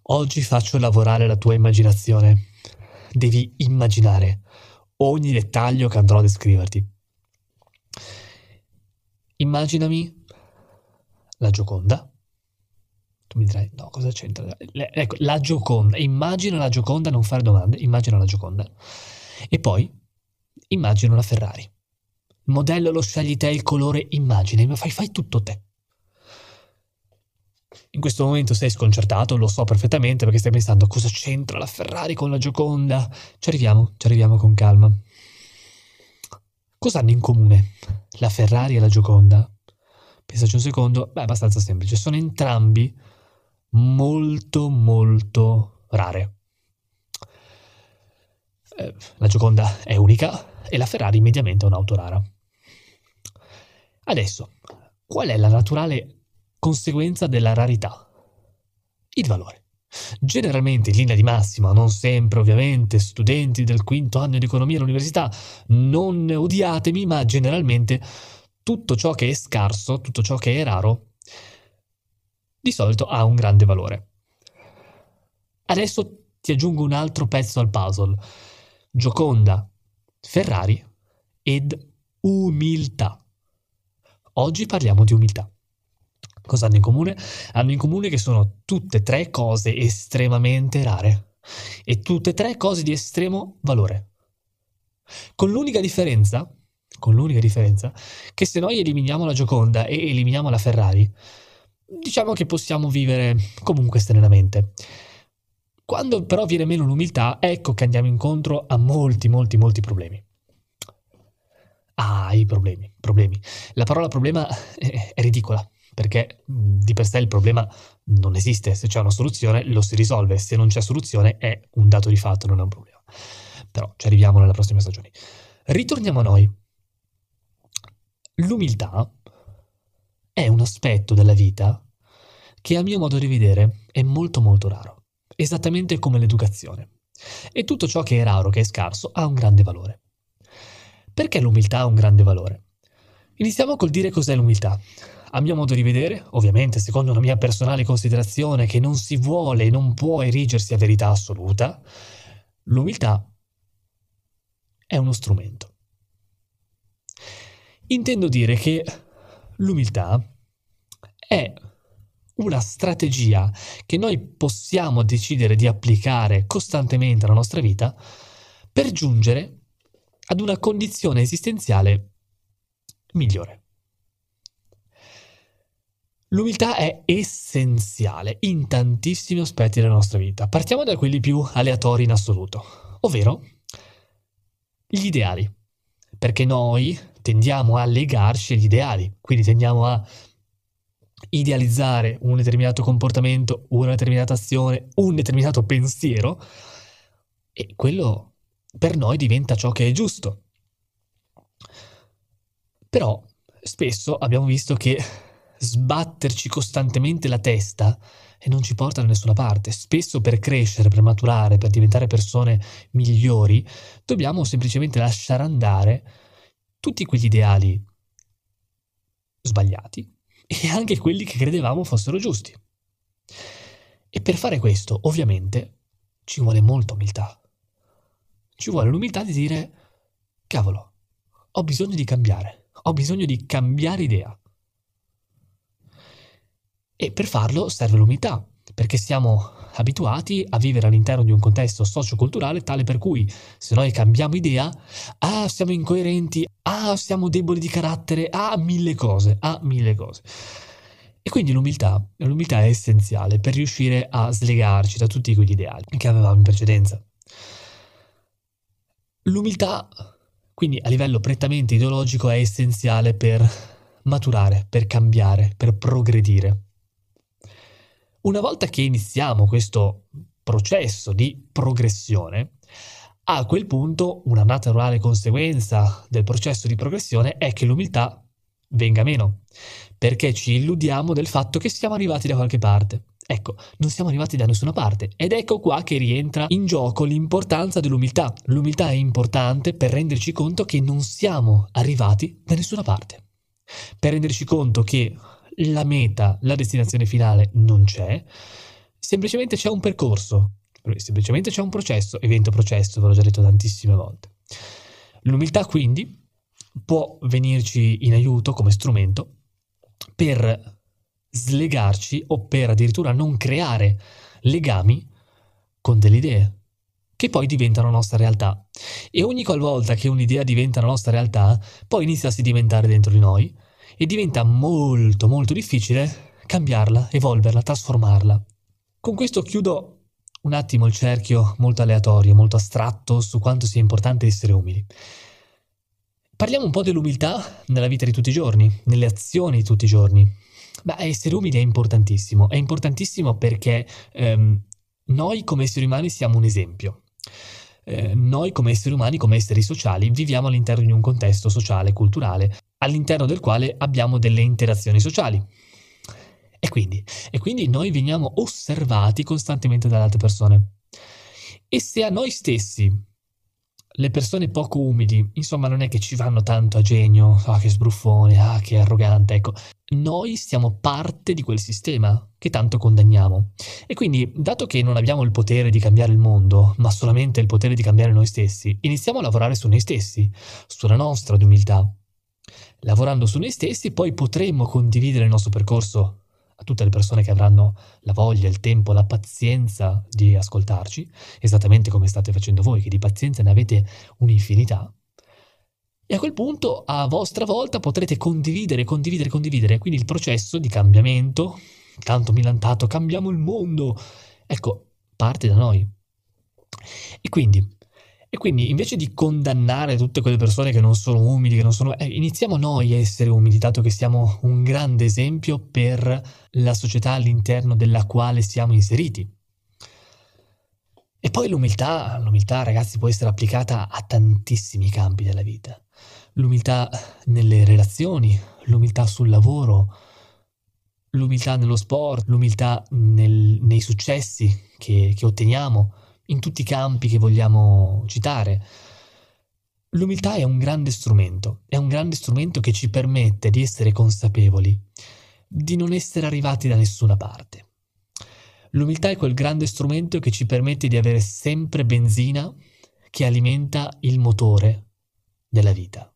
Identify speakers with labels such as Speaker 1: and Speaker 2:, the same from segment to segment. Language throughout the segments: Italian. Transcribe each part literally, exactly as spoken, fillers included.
Speaker 1: Oggi faccio lavorare la tua immaginazione. Devi immaginare ogni dettaglio che andrò a descriverti. Immaginami la Gioconda. Tu mi dirai, no, cosa c'entra? Le- ecco, la Gioconda. Immagina la Gioconda, non fare domande. Immagina la Gioconda. E poi immagina la Ferrari. Il modello lo scegli te, il colore, immagina, ma fai, fai tutto te. In questo momento sei sconcertato, lo so perfettamente, perché stai pensando cosa c'entra la Ferrari con la Gioconda. Ci arriviamo, ci arriviamo con calma. Cosa hanno in comune la Ferrari e la Gioconda? Pensaci un secondo, beh, è abbastanza semplice. Sono entrambi molto, molto rare. Eh, la Gioconda è unica e la Ferrari mediamente è un'auto rara. Adesso, qual è la naturale conseguenza della rarità? Il valore. Generalmente in linea di massima, non sempre ovviamente, studenti del quinto anno di economia all'università, non odiatemi, ma generalmente tutto ciò che è scarso, tutto ciò che è raro, di solito ha un grande valore. Adesso ti aggiungo un altro pezzo al puzzle. Gioconda, Ferrari ed umiltà. Oggi parliamo di umiltà. Cosa hanno in comune? Hanno in comune che sono tutte e tre cose estremamente rare e tutte e tre cose di estremo valore. Con l'unica differenza, con l'unica differenza, che se noi eliminiamo la Gioconda e eliminiamo la Ferrari, diciamo che possiamo vivere comunque serenamente. Quando però viene meno l'umiltà, ecco che andiamo incontro a molti, molti, molti problemi. Ah, i problemi, problemi. La parola problema è, è ridicola, perché di per sé il problema non esiste. Se c'è una soluzione lo si risolve, se non c'è soluzione è un dato di fatto, non è un problema. Però ci arriviamo nelle prossime stagioni. Ritorniamo a noi. L'umiltà è un aspetto della vita che a mio modo di vedere è molto molto raro, esattamente come l'educazione. E tutto ciò che è raro, che è scarso, ha un grande valore. Perché l'umiltà ha un grande valore? Iniziamo col dire cos'è l'umiltà. A mio modo di vedere, ovviamente secondo una mia personale considerazione che non si vuole e non può erigersi a verità assoluta, l'umiltà è uno strumento. Intendo dire che l'umiltà è una strategia che noi possiamo decidere di applicare costantemente alla nostra vita per giungere ad una condizione esistenziale migliore. L'umiltà è essenziale in tantissimi aspetti della nostra vita. Partiamo da quelli più aleatori in assoluto, ovvero gli ideali, perché noi tendiamo a legarci agli ideali, quindi tendiamo a idealizzare un determinato comportamento, una determinata azione, un determinato pensiero, e quello per noi diventa ciò che è giusto. Però spesso abbiamo visto che sbatterci costantemente la testa e non ci porta da nessuna parte. Spesso per crescere, per maturare, per diventare persone migliori, dobbiamo semplicemente lasciare andare tutti quegli ideali sbagliati e anche quelli che credevamo fossero giusti. E per fare questo, ovviamente, ci vuole molta umiltà. Ci vuole l'umiltà di dire, cavolo, ho bisogno di cambiare, ho bisogno di cambiare idea. E per farlo serve l'umiltà, perché siamo abituati a vivere all'interno di un contesto socioculturale tale per cui se noi cambiamo idea, ah, siamo incoerenti, ah, siamo deboli di carattere, ah, mille cose, ah, mille cose. E quindi l'umiltà, l'umiltà è essenziale per riuscire a slegarci da tutti quegli ideali che avevamo in precedenza. L'umiltà, quindi a livello prettamente ideologico, è essenziale per maturare, per cambiare, per progredire. Una volta che iniziamo questo processo di progressione, a quel punto una naturale conseguenza del processo di progressione è che l'umiltà venga meno, perché ci illudiamo del fatto che siamo arrivati da qualche parte. Ecco, non siamo arrivati da nessuna parte ed ecco qua che rientra in gioco l'importanza dell'umiltà. L'umiltà è importante per renderci conto che non siamo arrivati da nessuna parte, per renderci conto che la meta, la destinazione finale non c'è, Semplicemente c'è un percorso, semplicemente c'è un processo, evento processo, ve l'ho già detto tantissime volte. L'umiltà quindi può venirci in aiuto come strumento per slegarci o per addirittura non creare legami con delle idee che poi diventano nostra realtà. E ogni qualvolta che un'idea diventa la nostra realtà, poi inizia a sedimentare dentro di noi e diventa molto molto difficile cambiarla, evolverla, trasformarla. Con questo chiudo un attimo il cerchio molto aleatorio, molto astratto su quanto sia importante essere umili. Parliamo un po' dell'umiltà nella vita di tutti i giorni, nelle azioni di tutti i giorni. Ma essere umili è importantissimo, è importantissimo perché ehm, noi come esseri umani siamo un esempio. Eh, noi come esseri umani, come esseri sociali, viviamo all'interno di un contesto sociale, culturale, all'interno del quale abbiamo delle interazioni sociali. E quindi, e quindi noi veniamo osservati costantemente dalle altre persone. E se a noi stessi le persone poco umili, insomma, non è che ci vanno tanto a genio, ah che sbruffone, ah che arrogante, ecco, noi siamo parte di quel sistema che tanto condanniamo. E quindi, dato che non abbiamo il potere di cambiare il mondo, ma solamente il potere di cambiare noi stessi, iniziamo a lavorare su noi stessi, sulla nostra umiltà. Lavorando su noi stessi, poi potremo condividere il nostro percorso a tutte le persone che avranno la voglia, il tempo, la pazienza di ascoltarci, esattamente come state facendo voi, che di pazienza ne avete un'infinità. E a quel punto, a vostra volta, potrete condividere, condividere, condividere. Quindi il processo di cambiamento, tanto milantato, cambiamo il mondo, ecco, parte da noi. E quindi, e quindi invece di condannare tutte quelle persone che non sono umili, che non sono, eh, iniziamo noi a essere umili, dato che siamo un grande esempio per la società all'interno della quale siamo inseriti. E poi l'umiltà, l'umiltà ragazzi può essere applicata a tantissimi campi della vita. L'umiltà nelle relazioni, l'umiltà sul lavoro, l'umiltà nello sport, l'umiltà nel, nei successi che, che otteniamo, in tutti i campi che vogliamo citare. L'umiltà è un grande strumento, è un grande strumento che ci permette di essere consapevoli di non essere arrivati da nessuna parte. L'umiltà è quel grande strumento che ci permette di avere sempre benzina che alimenta il motore della vita.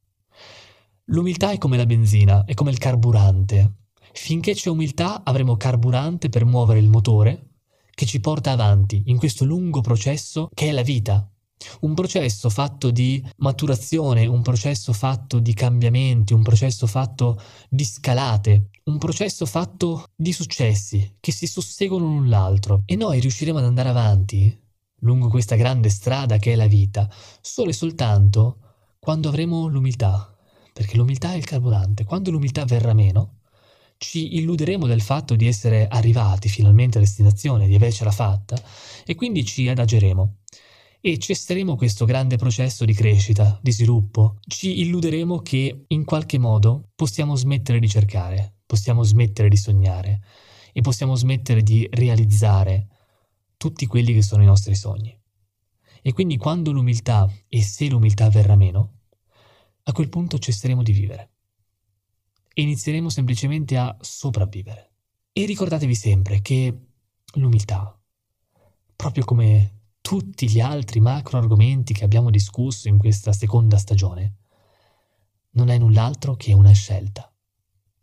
Speaker 1: L'umiltà è come la benzina, è come il carburante. Finché c'è umiltà avremo carburante per muovere il motore che ci porta avanti in questo lungo processo che è la vita. Un processo fatto di maturazione, un processo fatto di cambiamenti, un processo fatto di scalate, un processo fatto di successi che si susseguono l'un l'altro. E noi riusciremo ad andare avanti lungo questa grande strada che è la vita solo e soltanto quando avremo l'umiltà, perché l'umiltà è il carburante. Quando l'umiltà verrà meno, ci illuderemo del fatto di essere arrivati finalmente a destinazione, di avercela fatta, e quindi ci adageremo e cesseremo questo grande processo di crescita, di sviluppo. Ci illuderemo che in qualche modo possiamo smettere di cercare, possiamo smettere di sognare e possiamo smettere di realizzare tutti quelli che sono i nostri sogni. E quindi quando l'umiltà, e se l'umiltà verrà meno, a quel punto cesseremo di vivere e inizieremo semplicemente a sopravvivere. E ricordatevi sempre che l'umiltà, proprio come tutti gli altri macro argomenti che abbiamo discusso in questa seconda stagione, non è null'altro che una scelta.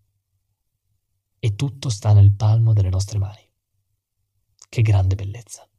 Speaker 1: E tutto sta nel palmo delle nostre mani. Che grande bellezza!